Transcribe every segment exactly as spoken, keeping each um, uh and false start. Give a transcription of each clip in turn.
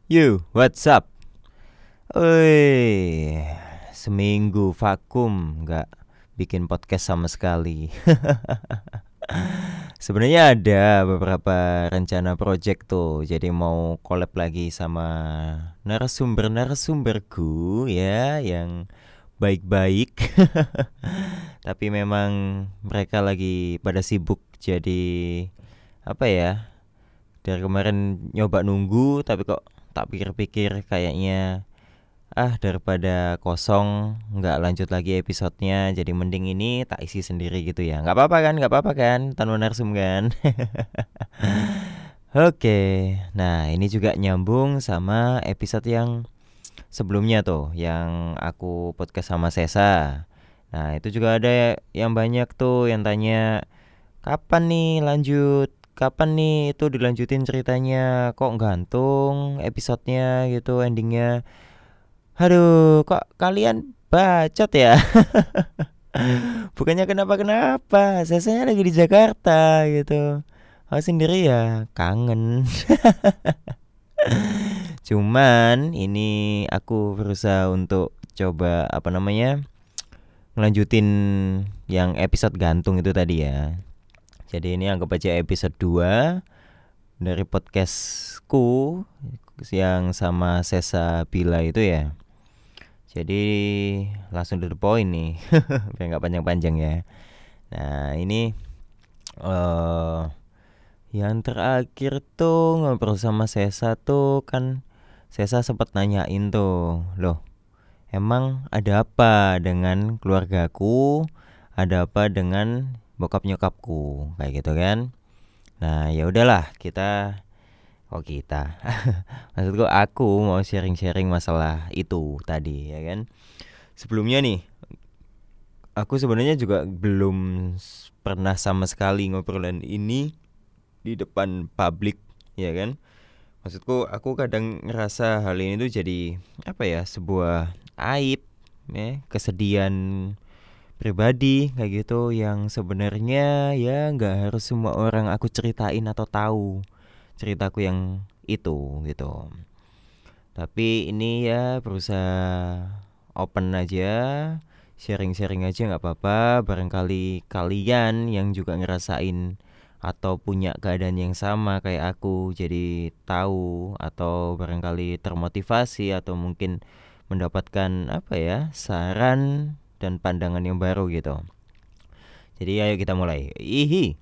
You, what's up? Oi, seminggu vakum nggak bikin podcast sama sekali. Sebenarnya ada beberapa rencana project tuh, jadi mau collab lagi sama narasumber-narasumberku ya yang baik-baik. Tapi memang mereka lagi pada sibuk, jadi apa ya? Dari kemarin nyoba nunggu, tapi kok tak pikir-pikir kayaknya ah daripada kosong nggak lanjut lagi episodenya, jadi mending ini tak isi sendiri gitu ya. Nggak apa-apa kan, nggak apa-apa kan, tanpa narsum kan. Oke, nah ini juga nyambung sama episode yang sebelumnya tuh, yang aku podcast sama Sesa. Nah itu juga ada yang banyak tuh yang tanya, kapan nih lanjut, kapan nih itu dilanjutin ceritanya, kok gantung episodenya gitu, endingnya. Aduh, kok kalian bacot ya? Bukannya kenapa-kenapa, saya lagi di Jakarta gitu. Aku sendiri ya kangen. Cuman ini aku berusaha untuk coba apa namanya ngelanjutin yang episode gantung itu tadi ya. Jadi ini anggap aja episode dua dari podcastku yang sama Sesa Bila itu ya. Jadi langsung to the point nih, biar nggak panjang-panjang ya. Nah ini uh, yang terakhir tuh ngobrol sama Sesa tuh kan, Sesa sempat nanyain tuh, loh emang ada apa dengan keluargaku, ada apa dengan bokap nyokapku kayak gitu kan. Nah ya udahlah kita, oh kita, maksudku aku mau sharing-sharing masalah itu tadi ya kan. Sebelumnya nih, aku sebenarnya juga belum pernah sama sekali ngobrolin ini di depan publik, ya kan? Maksudku, aku kadang ngerasa hal ini tuh jadi apa ya, sebuah aib, ya, kesedihan pribadi kayak gitu yang sebenarnya ya nggak harus semua orang aku ceritain atau tahu ceritaku yang itu gitu. Tapi ini ya berusaha open aja, sharing-sharing aja nggak apa-apa. Barangkali kalian yang juga ngerasain atau punya keadaan yang sama kayak aku jadi tahu, atau barangkali termotivasi, atau mungkin mendapatkan apa ya, saran dan pandangan yang baru gitu. Jadi ayo kita mulai. Ihi.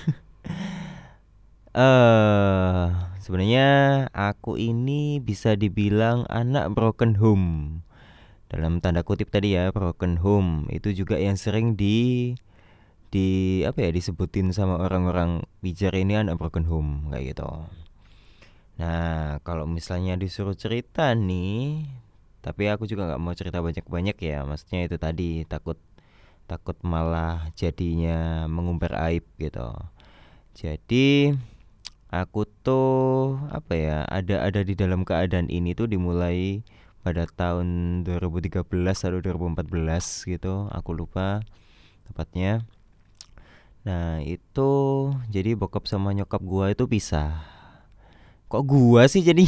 Eh, sebenarnya aku ini bisa dibilang anak broken home. Dalam tanda kutip tadi ya, broken home itu juga yang sering di di apa ya disebutin sama orang-orang bicara ini anak broken home kayak gitu. Nah, kalau misalnya disuruh cerita nih, tapi aku juga nggak mau cerita banyak-banyak ya. Maksudnya itu tadi takut takut malah jadinya mengumbar aib gitu. Jadi aku tuh apa ya, ada ada di dalam keadaan ini tuh dimulai pada tahun dua ribu tiga belas atau dua ribu empat belas gitu, aku lupa tepatnya. Nah itu jadi bokap sama nyokap gua itu pisah. Kok gua sih jadi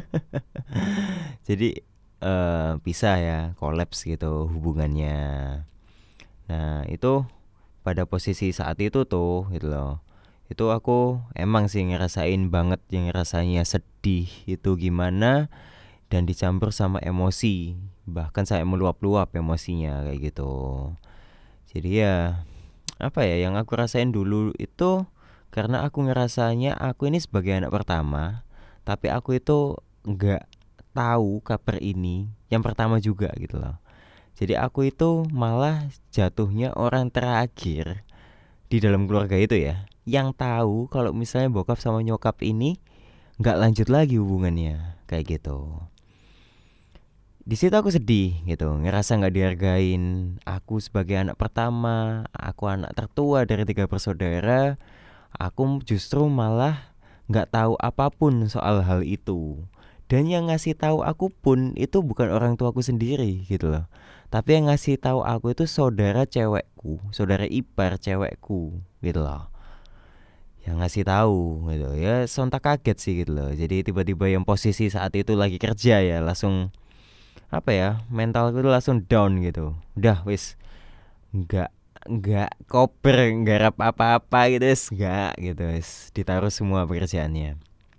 jadi eh, pisah ya, kolaps gitu hubungannya. Nah itu pada posisi saat itu tuh gitu loh, itu aku emang sih ngerasain banget yang rasanya sedih itu gimana, dan dicampur sama emosi, bahkan saya meluap-luap emosinya kayak gitu. Jadi ya apa ya yang aku rasain dulu itu, karena aku ngerasanya aku ini sebagai anak pertama, tapi aku itu nggak tahu kabar ini yang pertama juga gitu loh. Jadi aku itu malah jatuhnya orang terakhir di dalam keluarga itu ya, yang tahu kalau misalnya bokap sama nyokap ini nggak lanjut lagi hubungannya kayak gitu. Di situ aku sedih gitu, ngerasa nggak dihargain. Aku sebagai anak pertama, aku anak tertua dari tiga bersaudara, aku justru malah nggak tahu apapun soal hal itu. Dan yang ngasih tahu aku pun itu bukan orang tuaku sendiri gitu loh. Tapi yang ngasih tahu aku itu saudara cewekku, saudara ipar cewekku gitu loh. yang ngasih tahu gitu ya, sontak kaget sih gitu loh. Jadi tiba-tiba yang posisi saat itu lagi kerja ya langsung apa ya, mentalku tuh langsung down gitu. Udah wis nggak nggak koper nggarap apa-apa gitu wis nggak gitu wis ditaruh semua pekerjaannya,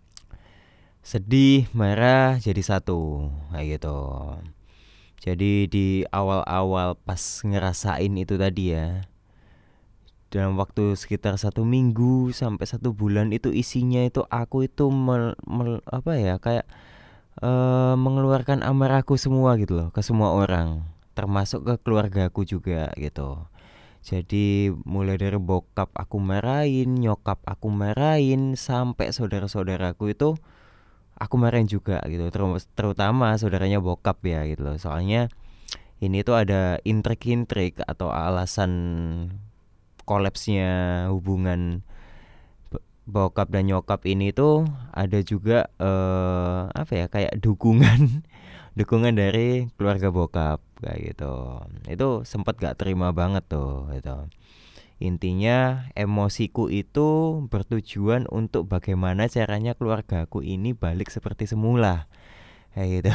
sedih marah jadi satu kayak gitu. Jadi di awal-awal pas ngerasain itu tadi ya, dalam waktu sekitar satu minggu sampai satu bulan itu isinya itu aku itu mel, mel- apa ya kayak eh, mengeluarkan amarahku semua gitu loh ke semua orang, termasuk ke keluargaku juga gitu. Jadi mulai dari bokap aku marahin, nyokap aku marahin, sampai saudara-saudaraku itu aku marahin juga gitu. Terus terutama saudaranya bokap ya gitu loh. Soalnya ini tuh ada intrik-intrik atau alasan kolapsnya hubungan bokap dan nyokap ini tuh ada juga eh, apa ya kayak dukungan dukungan dari keluarga bokap kayak gitu. Itu sempat gak terima banget tuh gitu. Intinya emosiku itu bertujuan untuk bagaimana caranya keluargaku ini balik seperti semula kayak gitu.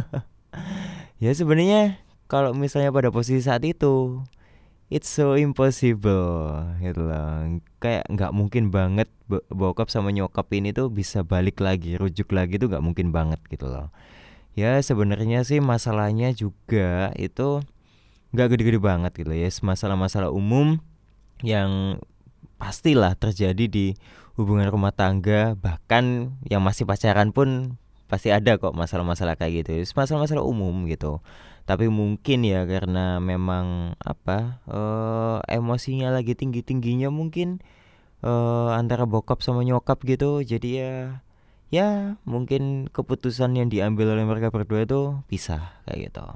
Ya sebenarnya kalau misalnya pada posisi saat itu, it's so impossible gitu loh. Kayak nggak mungkin banget bo- bokap sama nyokap ini tuh bisa balik lagi, rujuk lagi tuh nggak mungkin banget gitu loh. Ya sebenarnya sih masalahnya juga itu nggak gede-gede banget gitu ya. Masalah-masalah umum yang pastilah terjadi di hubungan rumah tangga, bahkan yang masih pacaran pun pasti ada kok masalah-masalah kayak gitu. Masalah-masalah umum gitu. Tapi mungkin ya karena memang apa eh, emosinya lagi tinggi-tingginya mungkin eh, antara bokap sama nyokap gitu. Jadi ya ya mungkin keputusan yang diambil oleh mereka berdua itu pisah kayak gitu.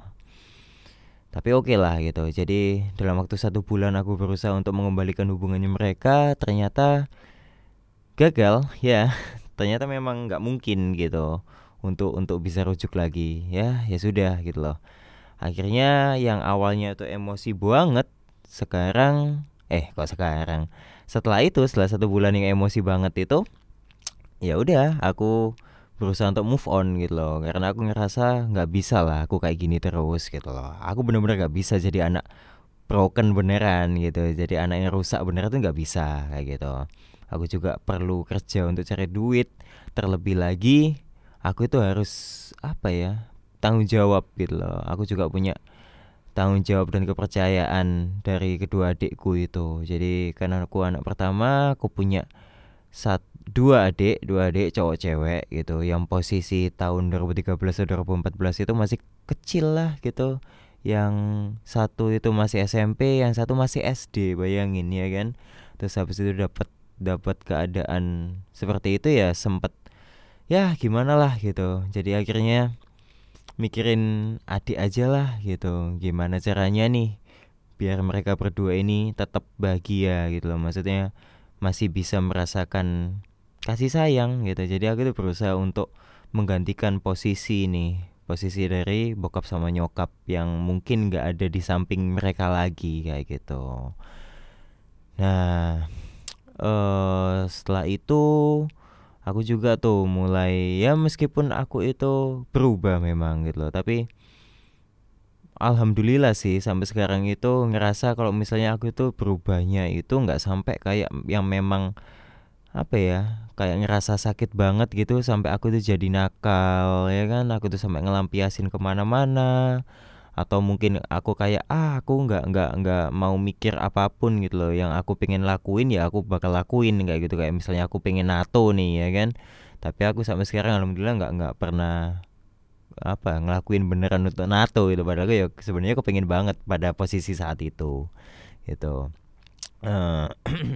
Tapi oke okay lah gitu. Jadi dalam waktu satu bulan aku berusaha untuk mengembalikan hubungannya mereka, ternyata gagal ya. Ternyata memang nggak mungkin gitu untuk untuk bisa rujuk lagi ya. Ya sudah gitu loh. Akhirnya yang awalnya tuh emosi banget, sekarang eh kok sekarang. Setelah itu, setelah satu bulan yang emosi banget itu, ya udah aku berusaha untuk move on gitu loh, karena aku ngerasa nggak bisa lah aku kayak gini terus gitu loh. Aku bener-bener nggak bisa jadi anak broken beneran gitu, jadi anak yang rusak beneran tuh nggak bisa kayak gitu. Aku juga perlu kerja untuk cari duit, terlebih lagi aku itu harus apa ya, tanggung jawab gitu loh. Aku juga punya tanggung jawab dan kepercayaan dari kedua adikku itu. Jadi karena aku anak pertama, aku punya sat dua adik, dua adik cowok cewek gitu, yang posisi tahun dua ribu tiga belas atau dua ribu empat belas itu masih kecil lah gitu. Yang satu itu masih S M P, yang satu masih S D, bayangin ya kan. Terus habis itu dapat dapat keadaan seperti itu ya, sempet ya gimana lah gitu. Jadi akhirnya mikirin adik aja lah gitu. Gimana caranya nih biar mereka berdua ini tetap bahagia gitu loh. Maksudnya masih bisa merasakan kasih sayang gitu. Jadi aku tuh berusaha untuk menggantikan posisi nih, posisi dari bokap sama nyokap yang mungkin nggak ada di samping mereka lagi kayak gitu. Nah, eh setelah itu aku juga tuh mulai ya, meskipun aku itu berubah memang gitu loh, tapi alhamdulillah sih sampai sekarang itu ngerasa kalau misalnya aku itu berubahnya itu nggak sampai kayak yang memang apa ya, kayak ngerasa sakit banget gitu sampai aku tuh jadi nakal ya kan. Aku tuh sampai ngelampiasin kemana-mana, atau mungkin aku kayak ah aku nggak nggak nggak mau mikir apapun gitu loh, yang aku pengen lakuin ya aku bakal lakuin kayak gitu. Kayak misalnya aku pengen NATO nih ya kan, tapi aku sampai sekarang alhamdulillah nggak nggak pernah apa ngelakuin beneran untuk NATO gitu. Padahal aku ya sebenarnya aku pengen banget pada posisi saat itu gitu. Eh,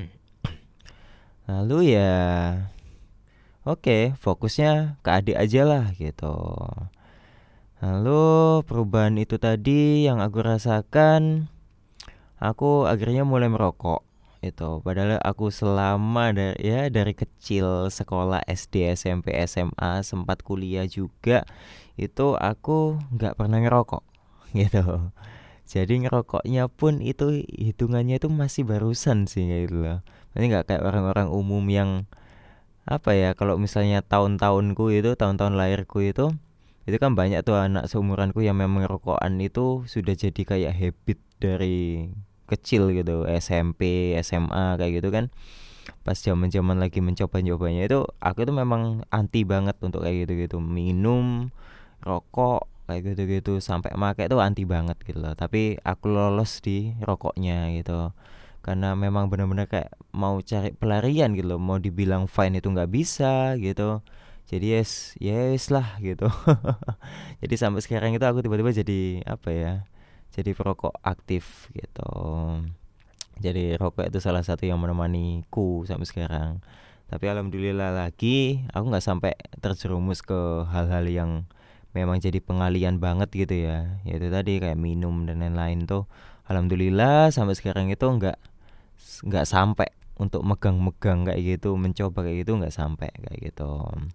lalu ya oke, fokusnya ke adik aja lah gitu. Lalu perubahan itu tadi yang aku rasakan, aku akhirnya mulai merokok itu. Padahal aku selama dari ya dari kecil sekolah S D, S M P, S M A, sempat kuliah juga itu aku nggak pernah ngerokok gitu. Jadi ngerokoknya pun itu hitungannya itu masih barusan sih kayak gitu loh. Ini nggak kayak orang-orang umum yang apa ya, kalau misalnya tahun-tahunku itu, tahun-tahun lahirku itu, itu kan banyak tuh anak seumuranku yang memang rokokan itu sudah jadi kayak habit dari kecil gitu, S M P, S M A kayak gitu kan. Pas zaman-zaman lagi mencoba-nyobanya itu, aku tuh memang anti banget untuk kayak gitu-gitu, minum, rokok kayak gitu-gitu sampai make itu anti banget gitu loh. Tapi aku lolos di rokoknya gitu. Karena memang benar-benar kayak mau cari pelarian gitu loh. Mau dibilang fine itu nggak bisa gitu. Jadi yes, yes lah gitu. Jadi sampai sekarang itu aku tiba-tiba jadi apa ya? Jadi perokok aktif gitu. Jadi rokok itu salah satu yang menemaniku sampai sekarang. Tapi alhamdulillah lagi aku nggak sampai terjerumus ke hal-hal yang memang jadi pengalian banget gitu ya. Yaitu tadi kayak minum dan lain-lain tuh. Alhamdulillah sampai sekarang itu nggak nggak sampai untuk megang-megang kayak gitu, mencoba kayak gitu nggak sampai kayak gitu.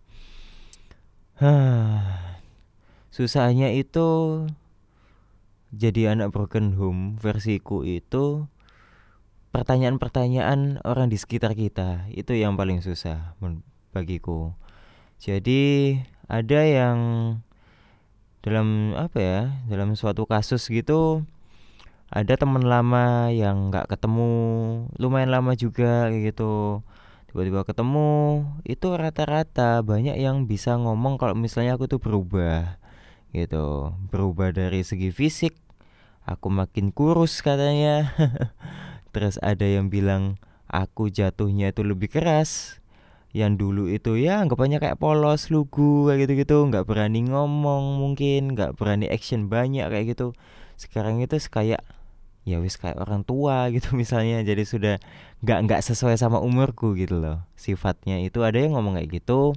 Hah, susahnya itu jadi anak broken home versiku itu pertanyaan-pertanyaan orang di sekitar kita itu yang paling susah bagiku. Jadi ada yang dalam apa ya, dalam suatu kasus gitu, ada teman lama yang nggak ketemu lumayan lama juga kayak gitu, tiba-tiba ketemu, itu rata-rata banyak yang bisa ngomong kalau misalnya aku tuh berubah gitu, berubah dari segi fisik, aku makin kurus katanya. Terus ada yang bilang aku jatuhnya itu lebih keras. Yang dulu itu ya anggapannya kayak polos, lugu kayak gitu-gitu, nggak berani ngomong mungkin, nggak berani action banyak kayak gitu. Sekarang itu kayak ya wis kayak orang tua gitu misalnya. Jadi sudah nggak nggak sesuai sama umurku gitu loh. Sifatnya itu ada yang ngomong kayak gitu.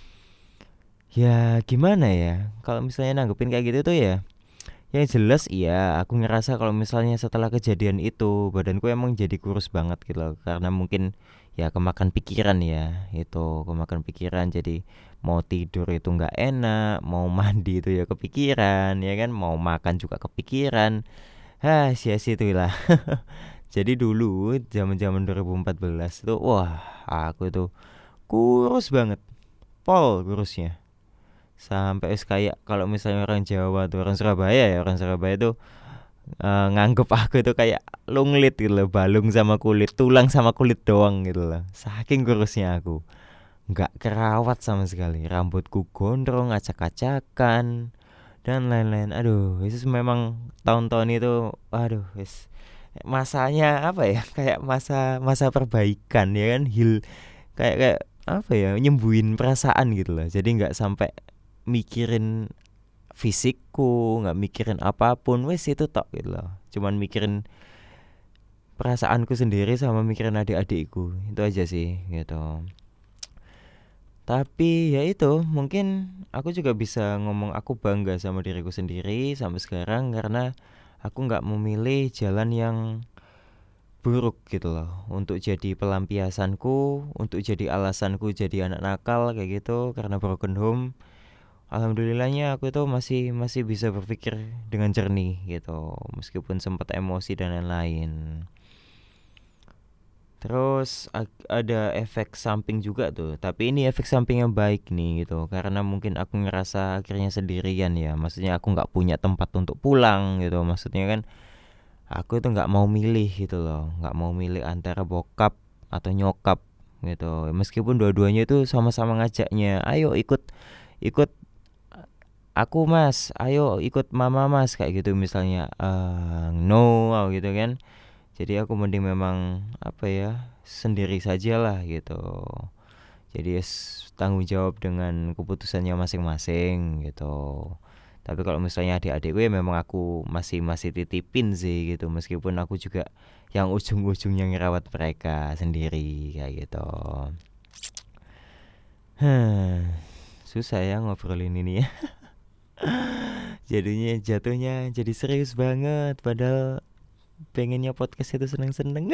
Ya gimana ya? Kalau misalnya nanggepin kayak gitu tuh ya, yang jelas iya, aku ngerasa kalau misalnya setelah kejadian itu badanku emang jadi kurus banget gitu loh. Karena mungkin ya kemakan pikiran ya, itu kemakan pikiran, jadi mau tidur itu nggak enak, mau mandi itu ya kepikiran, ya kan, mau makan juga kepikiran. Hah, sia-sia itulah. Jadi dulu zaman-zaman dua ribu empat belas tuh, wah aku tuh kurus banget, pol kurusnya. Sampai wis kayak kalau misalnya orang Jawa tuh, orang Surabaya ya, orang Surabaya tuh eh, nganggep aku itu kayak lunglit gitu loh, balung sama kulit, tulang sama kulit doang gitu loh. Saking kurusnya aku, nggak kerawat sama sekali, rambutku gondrong, acak-acakan dan lain-lain. Aduh, itu memang tahun-tahun itu, aduh, wis masanya apa ya? Kayak masa masa perbaikan ya kan, heal, kayak kayak apa ya? Nyembuhin perasaan gitu loh. Jadi nggak sampai mikirin fisikku, nggak mikirin apapun, wes itu tok gitu loh. Cuman mikirin perasaanku sendiri sama mikirin adik-adikku, itu aja sih gitu. Tapi ya itu, mungkin aku juga bisa ngomong aku bangga sama diriku sendiri sampai sekarang karena aku nggak memilih jalan yang buruk gitu loh untuk jadi pelampiasanku, untuk jadi alasanku jadi anak nakal kayak gitu karena broken home. Alhamdulillahnya aku itu masih masih bisa berpikir dengan jernih gitu, meskipun sempat emosi dan lain-lain. Terus ag- ada efek samping juga tuh, tapi ini efek samping yang baik nih gitu, karena mungkin aku ngerasa akhirnya sendirian ya, maksudnya aku nggak punya tempat untuk pulang gitu, maksudnya kan aku itu nggak mau milih gitu loh, nggak mau milih antara bokap atau nyokap gitu, meskipun dua-duanya itu sama-sama ngajaknya, ayo ikut ikut aku mas, ayo ikut mama mas kayak gitu misalnya, eh no gitu kan. Jadi aku mending memang apa ya, sendiri sajalah gitu. Jadi yes, tanggung jawab dengan keputusannya masing-masing gitu. Tapi kalau misalnya adik-adikku ya memang aku masih masih titipin sih gitu, meskipun aku juga yang ujung-ujungnya ngerawat mereka sendiri kayak gitu. Huh, susah ya ngobrolin ini ya. Jadinya jatuhnya jadi serius banget, padahal pengennya podcast itu seneng-seneng.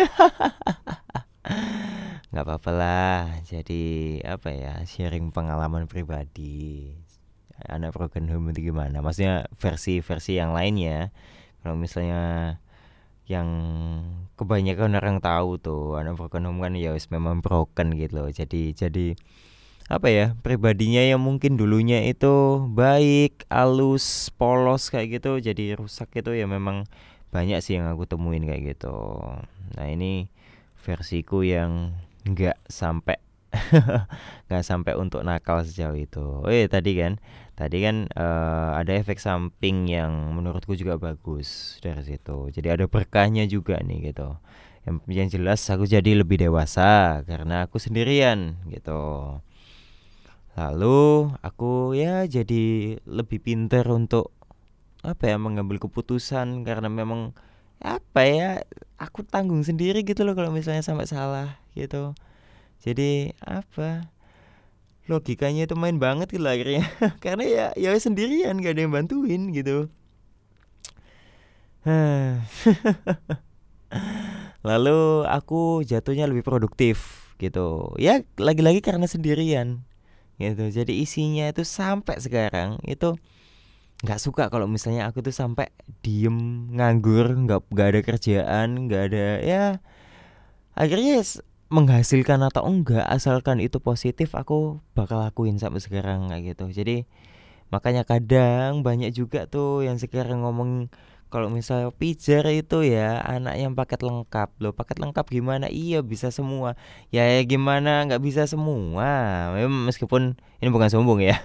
Nggak apa-apa lah, jadi apa ya, sharing pengalaman pribadi anak broken home itu gimana, maksudnya versi-versi yang lainnya. Kalau misalnya yang kebanyakan orang tahu tuh anak broken home kan ya wis memang broken gitu loh. Jadi jadi apa ya, pribadinya yang mungkin dulunya itu baik, halus, polos kayak gitu jadi rusak itu ya memang banyak sih yang aku temuin kayak gitu. Nah ini versiku yang nggak sampai nggak sampai untuk nakal sejauh itu. Oh iya tadi kan, tadi kan eh, ada efek samping yang menurutku juga bagus dari situ. Jadi ada berkahnya juga nih gitu. Yang, yang jelas aku jadi lebih dewasa karena aku sendirian gitu. Lalu aku ya jadi lebih pintar untuk apa ya mengambil keputusan karena memang apa ya aku tanggung sendiri gitu loh kalau misalnya sampai salah gitu. Jadi apa logikanya itu main banget gitu lah akhirnya karena ya ya sendirian gak ada yang bantuin gitu. Lalu aku jatuhnya lebih produktif gitu ya lagi-lagi karena sendirian gitu. Jadi isinya itu sampai sekarang itu nggak suka kalau misalnya aku tuh sampai diem nganggur nggak nggak ada kerjaan nggak ada ya akhirnya s- menghasilkan atau enggak asalkan itu positif aku bakal lakuin sampai sekarang kayak gitu. Jadi makanya kadang banyak juga tuh yang sekarang ngomong kalau misalnya pijar itu ya anak yang paket lengkap loh. Paket lengkap gimana, iya bisa semua ya, ya gimana nggak bisa semua. Memang meskipun ini bukan sombong ya.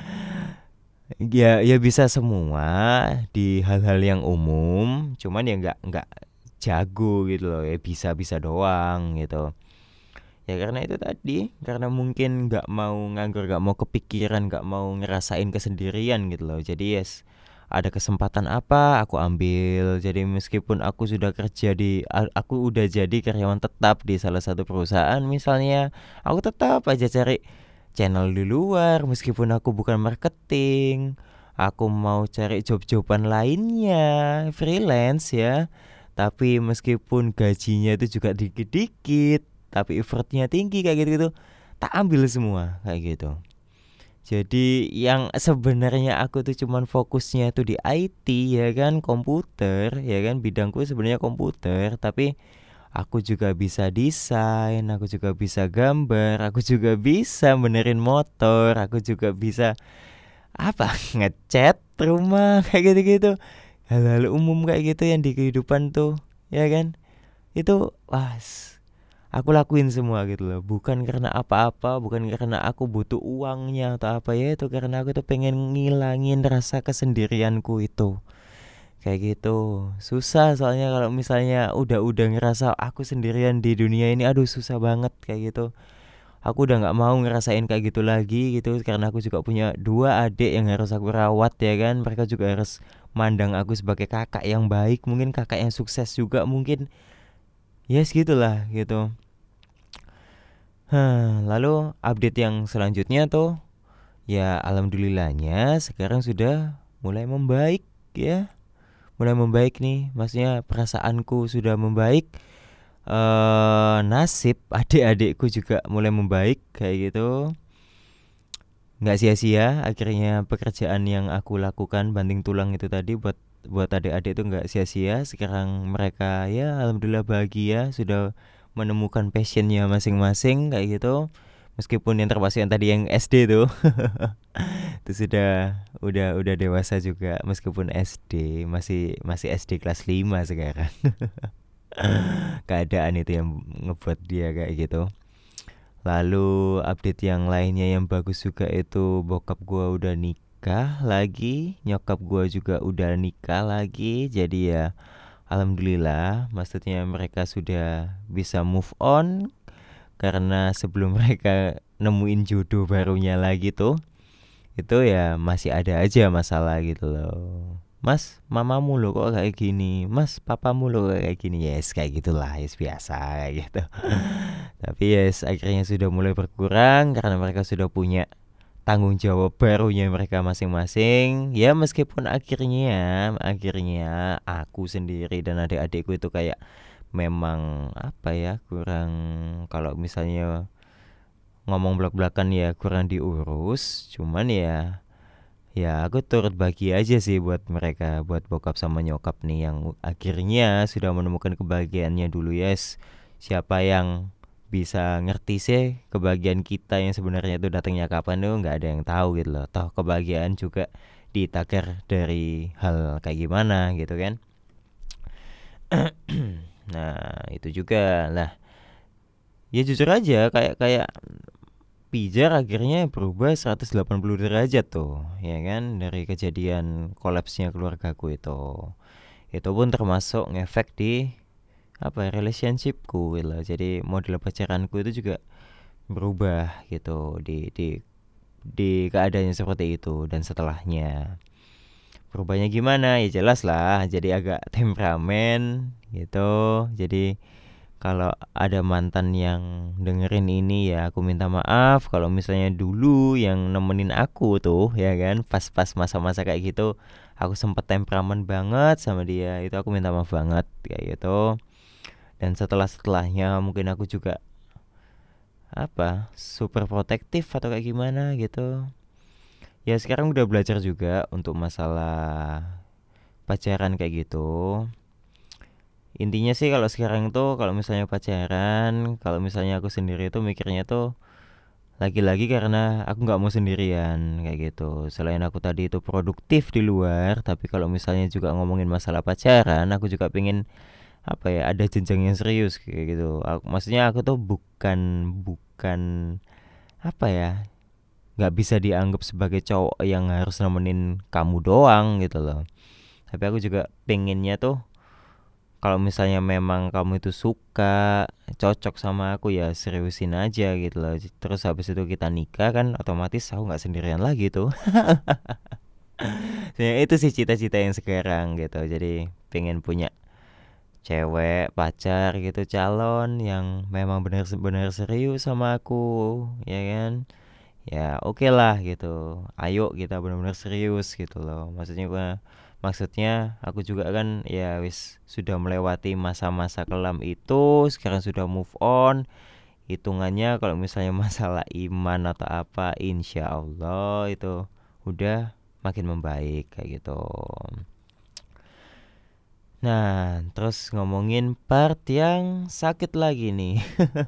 Ya ya bisa semua di hal-hal yang umum cuman ya nggak nggak jago gitu loh ya bisa bisa doang gitu. Ya karena itu tadi karena mungkin nggak mau nganggur nggak mau kepikiran nggak mau ngerasain kesendirian gitu loh. Jadi yes ada kesempatan apa aku ambil. Jadi meskipun aku sudah kerja di a- aku udah jadi karyawan tetap di salah satu perusahaan misalnya aku tetap aja cari channel di luar meskipun aku bukan marketing. Aku mau cari job-joban lainnya freelance ya, tapi meskipun gajinya itu juga dikit-dikit tapi effortnya tinggi kayak gitu-gitu tak ambil semua kayak gitu. Jadi yang sebenarnya aku tuh cuman fokusnya tuh di I T ya kan, komputer ya kan, bidangku sebenarnya komputer, tapi aku juga bisa desain, aku juga bisa gambar, aku juga bisa benerin motor, aku juga bisa apa ngecat rumah kayak gitu-gitu. Hal-hal umum kayak gitu yang di kehidupan tuh ya kan. Itu wah aku lakuin semua gitu loh. Bukan karena apa-apa, bukan karena aku butuh uangnya atau apa ya, itu karena aku tuh pengen ngilangin rasa kesendirianku itu. Kayak gitu. Susah soalnya kalau misalnya udah-udah ngerasa aku sendirian di dunia ini, aduh susah banget kayak gitu. Aku udah nggak mau ngerasain kayak gitu lagi gitu karena aku juga punya dua adik yang harus aku rawat ya kan. Mereka juga harus mandang aku sebagai kakak yang baik, mungkin kakak yang sukses juga mungkin. Yes gitulah gitu. Hah, lalu update yang selanjutnya tuh ya alhamdulillahnya sekarang sudah mulai membaik ya. Mulai membaik nih, maksudnya perasaanku sudah membaik. Eh nasib adik-adikku juga mulai membaik kayak gitu. Nggak sia-sia akhirnya pekerjaan yang aku lakukan banting tulang itu tadi buat buat adik-adik itu nggak sia-sia. Sekarang mereka ya alhamdulillah bahagia sudah menemukan passionnya masing-masing kayak gitu. Meskipun yang terpaksa yang tadi yang S D tuh itu sudah udah udah dewasa juga meskipun S D masih masih S D kelas lima sekarang. Keadaan itu yang ngebuat dia kayak gitu. Lalu update yang lainnya yang bagus juga itu bokap gua udah nikah lagi, nyokap gua juga udah nikah lagi. Jadi ya alhamdulillah maksudnya mereka sudah bisa move on karena sebelum mereka nemuin jodoh barunya lagi tuh itu ya masih ada aja masalah gitu loh. Mas, mamamu lo kok kayak gini. Mas, papamu lo kok kayak gini. Yes, kayak gitulah, yes biasa kayak gitu. Tapi yes, akhirnya sudah mulai berkurang karena mereka sudah punya tanggung jawab barunya mereka masing-masing. Ya meskipun akhirnya akhirnya aku sendiri dan adik-adikku itu kayak memang apa ya kurang kalau misalnya ngomong belak-belakan ya kurang diurus. Cuman ya Ya aku turut bahagia aja sih buat mereka, buat bokap sama nyokap nih yang akhirnya sudah menemukan kebahagiaannya dulu, yes. Siapa yang bisa ngerti sih kebahagiaan kita yang sebenarnya itu datangnya kapan tuh nggak ada yang tahu gitu loh. Toh kebahagiaan juga ditakar dari hal kayak gimana gitu kan. Nah itu juga lah. Ya jujur aja kayak kayak Pijar akhirnya berubah seratus delapan puluh derajat tuh, ya kan, dari kejadian kolapsnya keluargaku itu. Itu pun termasuk ngefek di apa ya, relationshipku gitu loh. Jadi model pacaranku itu juga berubah gitu di di di keadaannya seperti itu dan setelahnya. Berubahnya gimana? Ya jelas lah, jadi agak temperamen gitu. Jadi kalau ada mantan yang dengerin ini ya aku minta maaf kalau misalnya dulu yang nemenin aku tuh ya kan pas-pas masa-masa kayak gitu aku sempet temperamen banget sama dia, itu aku minta maaf banget kayak gitu. Dan setelah-setelahnya mungkin aku juga apa super protektif atau kayak gimana gitu. Ya sekarang udah belajar juga untuk masalah pacaran kayak gitu. Intinya sih kalau sekarang tuh kalau misalnya pacaran, kalau misalnya aku sendiri tuh mikirnya tuh lagi-lagi karena aku nggak mau sendirian kayak gitu. Selain aku tadi itu produktif di luar, tapi kalau misalnya juga ngomongin masalah pacaran, aku juga pengen apa ya, ada jenjang yang serius kayak gitu. Aku, maksudnya aku tuh bukan bukan apa ya, nggak bisa dianggap sebagai cowok yang harus nemenin kamu doang gitu loh. Tapi aku juga pengennya tuh kalau misalnya memang kamu itu suka, cocok sama aku ya seriusin aja gitu loh. Terus habis itu kita nikah kan otomatis aku nggak sendirian lagi tuh. Ya, itu sih cita-cita yang sekarang gitu. Jadi pengen punya cewek pacar gitu, calon yang memang benar-benar serius sama aku, ya kan? Ya oke lah gitu, ayo kita benar-benar serius gitu loh. Maksudnya gua maksudnya aku juga kan ya wis sudah melewati masa-masa kelam itu, sekarang sudah move on. Hitungannya kalau misalnya masalah iman atau apa, insya Allah itu udah makin membaik kayak gitu. Nah terus ngomongin part yang sakit lagi nih.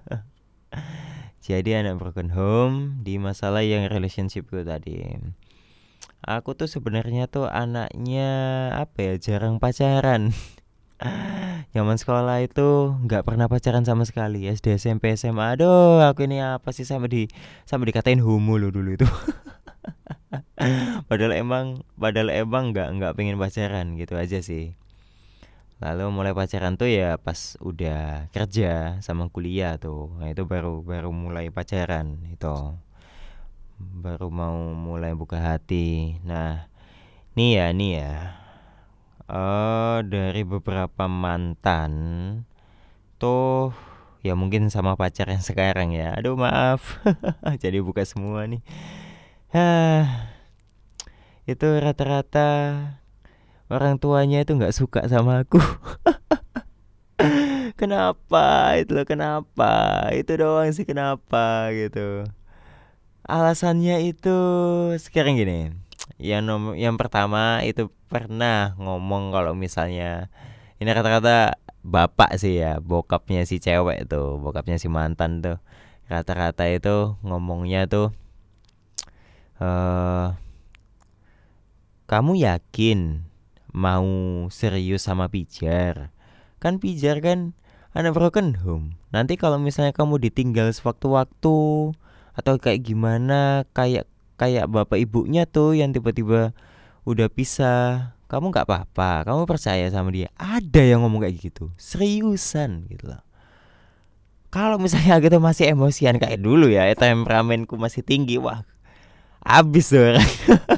Jadi anak broken home di masalah yang relationship gue tadi. Aku tuh sebenarnya tuh anaknya apa ya, jarang pacaran. Zaman sekolah itu nggak pernah pacaran sama sekali. S D, S M P, S M A. Aduh, aku ini apa sih, sampai di sampai dikatain homo loh dulu itu. Padahal emang padahal emang nggak nggak pengen pacaran gitu aja sih. Lalu mulai pacaran tuh ya pas udah kerja sama kuliah tuh. Nah, itu baru baru mulai pacaran itu. Baru mau mulai buka hati. Nah, nih ya, nih ya. Eh dari beberapa mantan tuh ya mungkin sama pacar yang sekarang ya. Aduh maaf. Jadi buka semua nih. Hah, itu rata-rata orang tuanya itu nggak suka sama aku. Kenapa itu loh, kenapa itu doang sih, kenapa gitu. Alasannya itu sekarang gini. Yang nomor yang pertama itu pernah ngomong kalau misalnya ini kata-kata bapak sih ya, bokapnya si cewek tuh, bokapnya si mantan tuh. Rata-rata itu ngomongnya tuh eh kamu yakin mau serius sama Pijar? Kan Pijar kan anak broken home. Nanti kalau misalnya kamu ditinggal sewaktu-waktu atau kayak gimana, kayak kayak bapak ibunya tuh yang tiba-tiba udah pisah, kamu nggak apa-apa, kamu percaya sama dia. Ada yang ngomong kayak gitu, seriusan gitu loh. Kalau misalnya gitu masih emosian kayak dulu ya, temperamenku masih tinggi, wah abis tuh orang.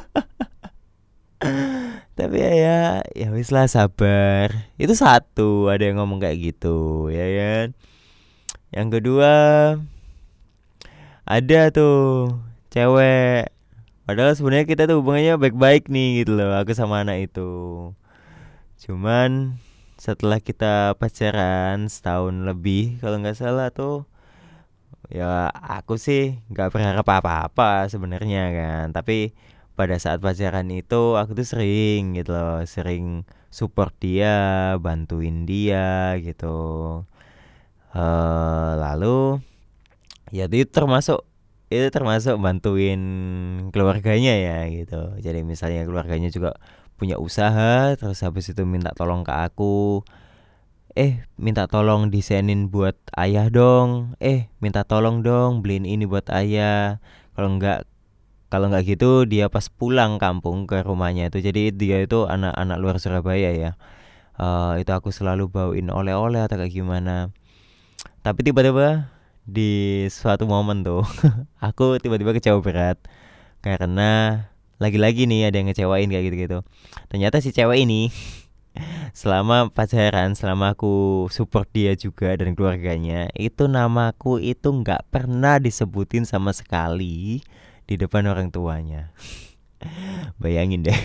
Tapi ya ya, ya wis lah, sabar. Itu satu, ada yang ngomong kayak gitu, ya kan. Yang kedua, ada tuh cewek. Padahal sebenarnya kita tuh hubungannya baik-baik nih gitu loh, aku sama anak itu. Cuman setelah kita pacaran setahun lebih kalau nggak salah tuh, ya aku sih nggak berharap apa-apa sebenarnya kan. Tapi pada saat pacaran itu aku tuh sering gitu loh, sering support dia, bantuin dia gitu. Eh lalu ya itu termasuk itu termasuk bantuin keluarganya ya gitu. Jadi misalnya keluarganya juga punya usaha, terus habis itu minta tolong ke aku, eh minta tolong desainin buat ayah dong, eh minta tolong dong beliin ini buat ayah. Kalau enggak kalau nggak gitu dia pas pulang kampung ke rumahnya itu, jadi dia itu anak-anak luar Surabaya ya. Eh, itu aku selalu bawain oleh-oleh atau kayak gimana. Tapi tiba-tiba di suatu momen tuh aku tiba-tiba kecewa berat karena lagi-lagi nih ada yang ngecewain kayak gitu-gitu. Ternyata si cewek ini selama pacaran, selama aku support dia juga dan keluarganya, itu namaku itu nggak pernah disebutin sama sekali di depan orang tuanya. Bayangin deh.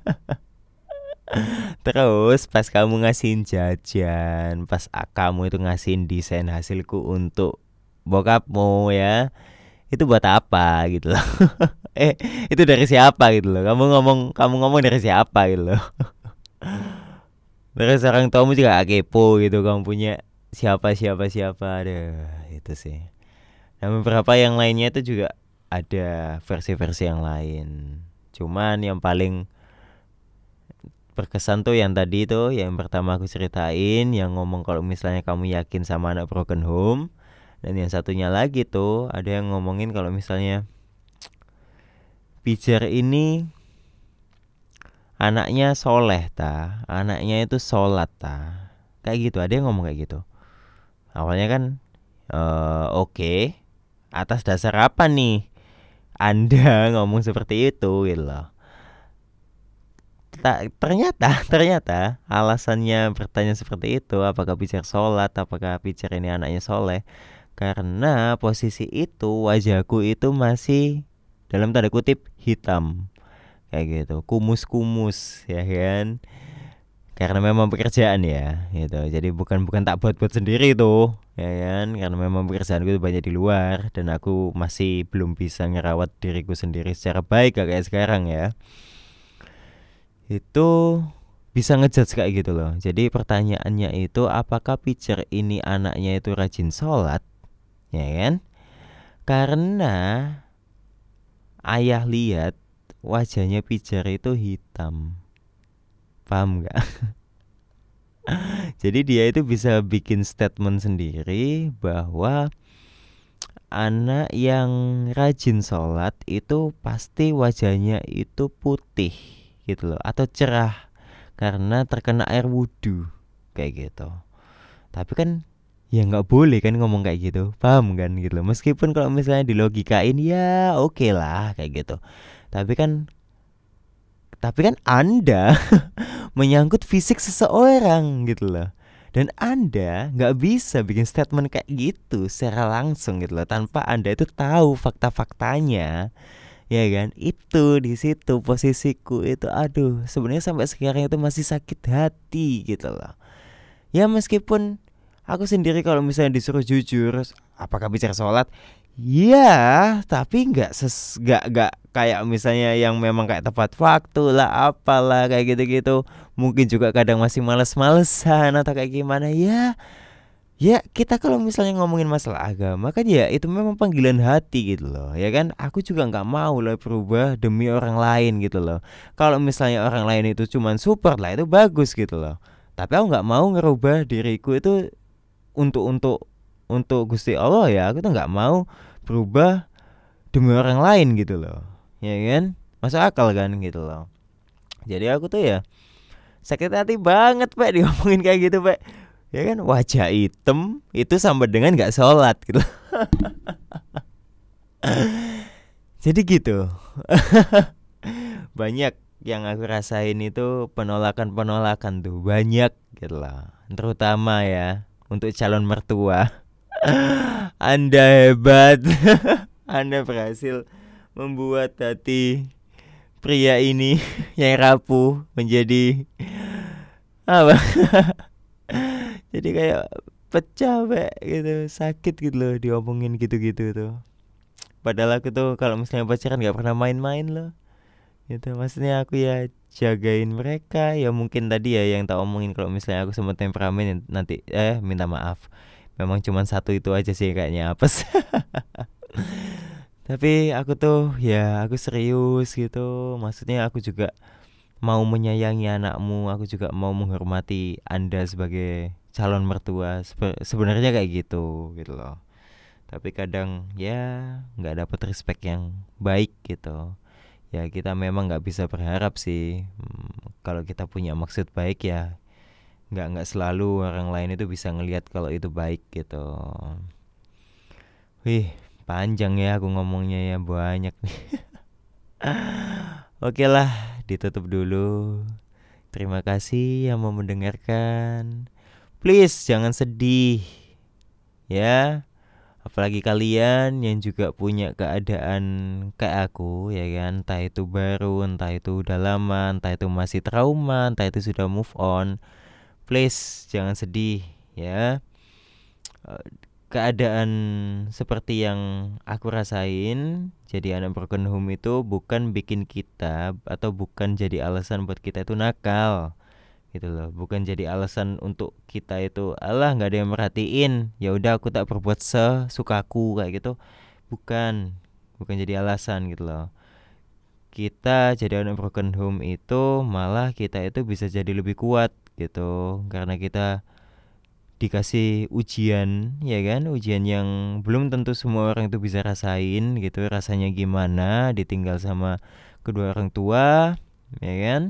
Terus pas kamu ngasihin jajan, pas kamu itu ngasihin desain hasilku untuk bokapmu ya, itu buat apa gitu loh. eh itu dari siapa gitu loh, kamu ngomong kamu ngomong dari siapa gitu loh. Terus orang tuamu juga gak kepo gitu kamu punya siapa siapa siapa, ada itu sih. Dan beberapa yang lainnya itu juga ada versi-versi yang lain, cuman yang paling berkesan tuh yang tadi tuh yang pertama aku ceritain, yang ngomong kalau misalnya kamu yakin sama anak broken home. Dan yang satunya lagi tuh ada yang ngomongin kalau misalnya Pijar ini anaknya soleh ta, anaknya itu sholat ta, kayak gitu, ada yang ngomong kayak gitu. Awalnya kan uh, oke okay. Atas dasar apa nih Anda ngomong seperti itu gitu loh. Tak, ternyata ternyata alasannya bertanya seperti itu, apakah Pijar sholat, apakah Pijar ini anaknya soleh, karena posisi itu wajahku itu masih dalam tanda kutip hitam kayak gitu, kumus-kumus ya kan, karena memang pekerjaan ya gitu. Jadi bukan bukan tak buat-buat sendiri tuh ya kan, karena memang pekerjaan gue banyak di luar dan aku masih belum bisa ngerawat diriku sendiri secara baik kayak sekarang ya. Itu bisa ngejudge kayak gitu loh. Jadi pertanyaannya itu apakah Pijar ini anaknya itu rajin sholat, ya kan? Karena ayah lihat wajahnya Pijar itu hitam, paham nggak? Jadi dia itu bisa bikin statement sendiri bahwa anak yang rajin sholat itu pasti wajahnya itu putih gitu loh, atau cerah karena terkena air wudhu kayak gitu. Tapi kan ya nggak boleh kan ngomong kayak gitu, paham kan gitu loh. Meskipun kalau misalnya dilogikain ya oke okay lah kayak gitu, tapi kan tapi kan Anda menyangkut fisik seseorang gitu loh, dan Anda nggak bisa bikin statement kayak gitu secara langsung gitu loh tanpa Anda itu tahu fakta-faktanya, ya kan. Itu di situ posisiku itu, aduh sebenarnya sampai sekarang itu masih sakit hati gitu loh. Ya meskipun aku sendiri kalau misalnya disuruh jujur apakah bicara sholat, ya tapi nggak ses nggak nggak kayak misalnya yang memang kayak tepat waktu lah apalah kayak gitu-gitu. Mungkin juga kadang masih males-malesan atau kayak gimana ya. Ya kita kalau misalnya ngomongin masalah agama kan ya itu memang panggilan hati gitu loh, ya kan. Aku juga nggak mau lah berubah demi orang lain gitu loh. Kalau misalnya orang lain itu cuman support lah itu bagus gitu loh, tapi aku nggak mau ngerubah diriku itu untuk untuk untuk Gusti Allah ya. Aku tuh nggak mau berubah demi orang lain gitu loh, ya kan. Masuk akal kan gitu loh. Jadi aku tuh ya sakit hati banget Pak diomongin kayak gitu Pak, ya kan. Wajah hitam itu sama dengan nggak sholat gitu. Jadi gitu. Banyak yang aku rasain itu penolakan-penolakan tuh banyak gitu lah, terutama ya untuk calon mertua. Anda hebat. Anda berhasil membuat hati pria ini yang rapuh menjadi apa? Jadi kayak pecah Pak gitu, sakit gitu loh diomongin gitu-gitu tuh. Padahal aku tuh kalau misalnya pacaran gak pernah main-main loh. Gitu maksudnya aku ya jagain mereka ya, mungkin tadi ya yang tak omongin kalau misalnya aku sama temperamen ya nanti eh minta maaf, memang cuman satu itu aja sih kayaknya apes. Tapi aku tuh ya aku serius gitu, maksudnya aku juga mau menyayangi anakmu, aku juga mau menghormati Anda sebagai calon mertua. Sebe- sebenarnya kayak gitu gitu loh. Tapi kadang ya nggak dapet respect yang baik gitu. Ya kita memang nggak bisa berharap sih. Hmm, kalau kita punya maksud baik ya nggak nggak selalu orang lain itu bisa ngelihat kalau itu baik gitu. Wih, panjang ya aku ngomongnya ya, banyak nih. Oke lah, ditutup dulu. Terima kasih yang mau mendengarkan. Please jangan sedih ya. Apalagi kalian yang juga punya keadaan kayak aku ya kan. Entah itu baru, entah itu udah lama, entah itu masih trauma, entah itu sudah move on. Please jangan sedih ya. Eh, Keadaan seperti yang aku rasain jadi anak broken home itu bukan bikin kita atau bukan jadi alasan buat kita itu nakal gitu loh, bukan jadi alasan untuk kita itu alah nggak ada yang merhatiin ya udah aku tak berbuat sesukaku kayak gitu, bukan bukan jadi alasan gitu loh. Kita jadi anak broken home itu malah kita itu bisa jadi lebih kuat gitu karena kita dikasih ujian ya kan, ujian yang belum tentu semua orang itu bisa rasain gitu, rasanya gimana ditinggal sama kedua orang tua ya kan.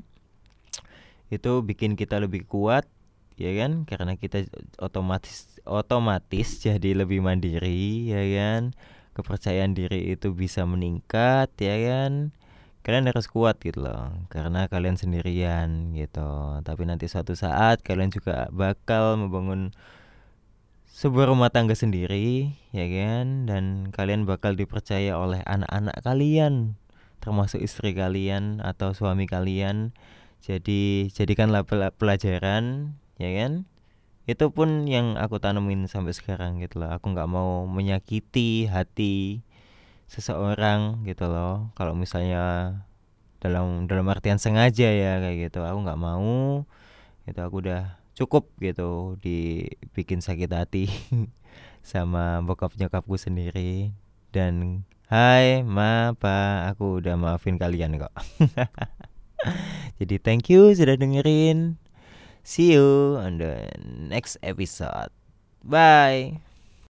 Itu bikin kita lebih kuat ya kan, karena kita otomatis otomatis jadi lebih mandiri ya kan, kepercayaan diri itu bisa meningkat ya kan. Kalian harus kuat gitu loh karena kalian sendirian gitu, tapi nanti suatu saat kalian juga bakal membangun sebuah rumah tangga sendiri ya kan, dan kalian bakal dipercaya oleh anak-anak kalian termasuk istri kalian atau suami kalian. Jadi jadikanlah pel- pelajaran ya kan. Itu pun yang aku tanemin sampai sekarang gitu loh. Aku nggak mau menyakiti hati seseorang gitu loh. Kalau misalnya dalam dalam artian sengaja ya kayak gitu, aku nggak mau. Itu aku udah cukup gitu dibikin sakit hati sama bokap nyokapku sendiri. Dan hai ma pa, aku udah maafin kalian kok. Jadi thank you sudah dengerin. See you on the next episode. Bye.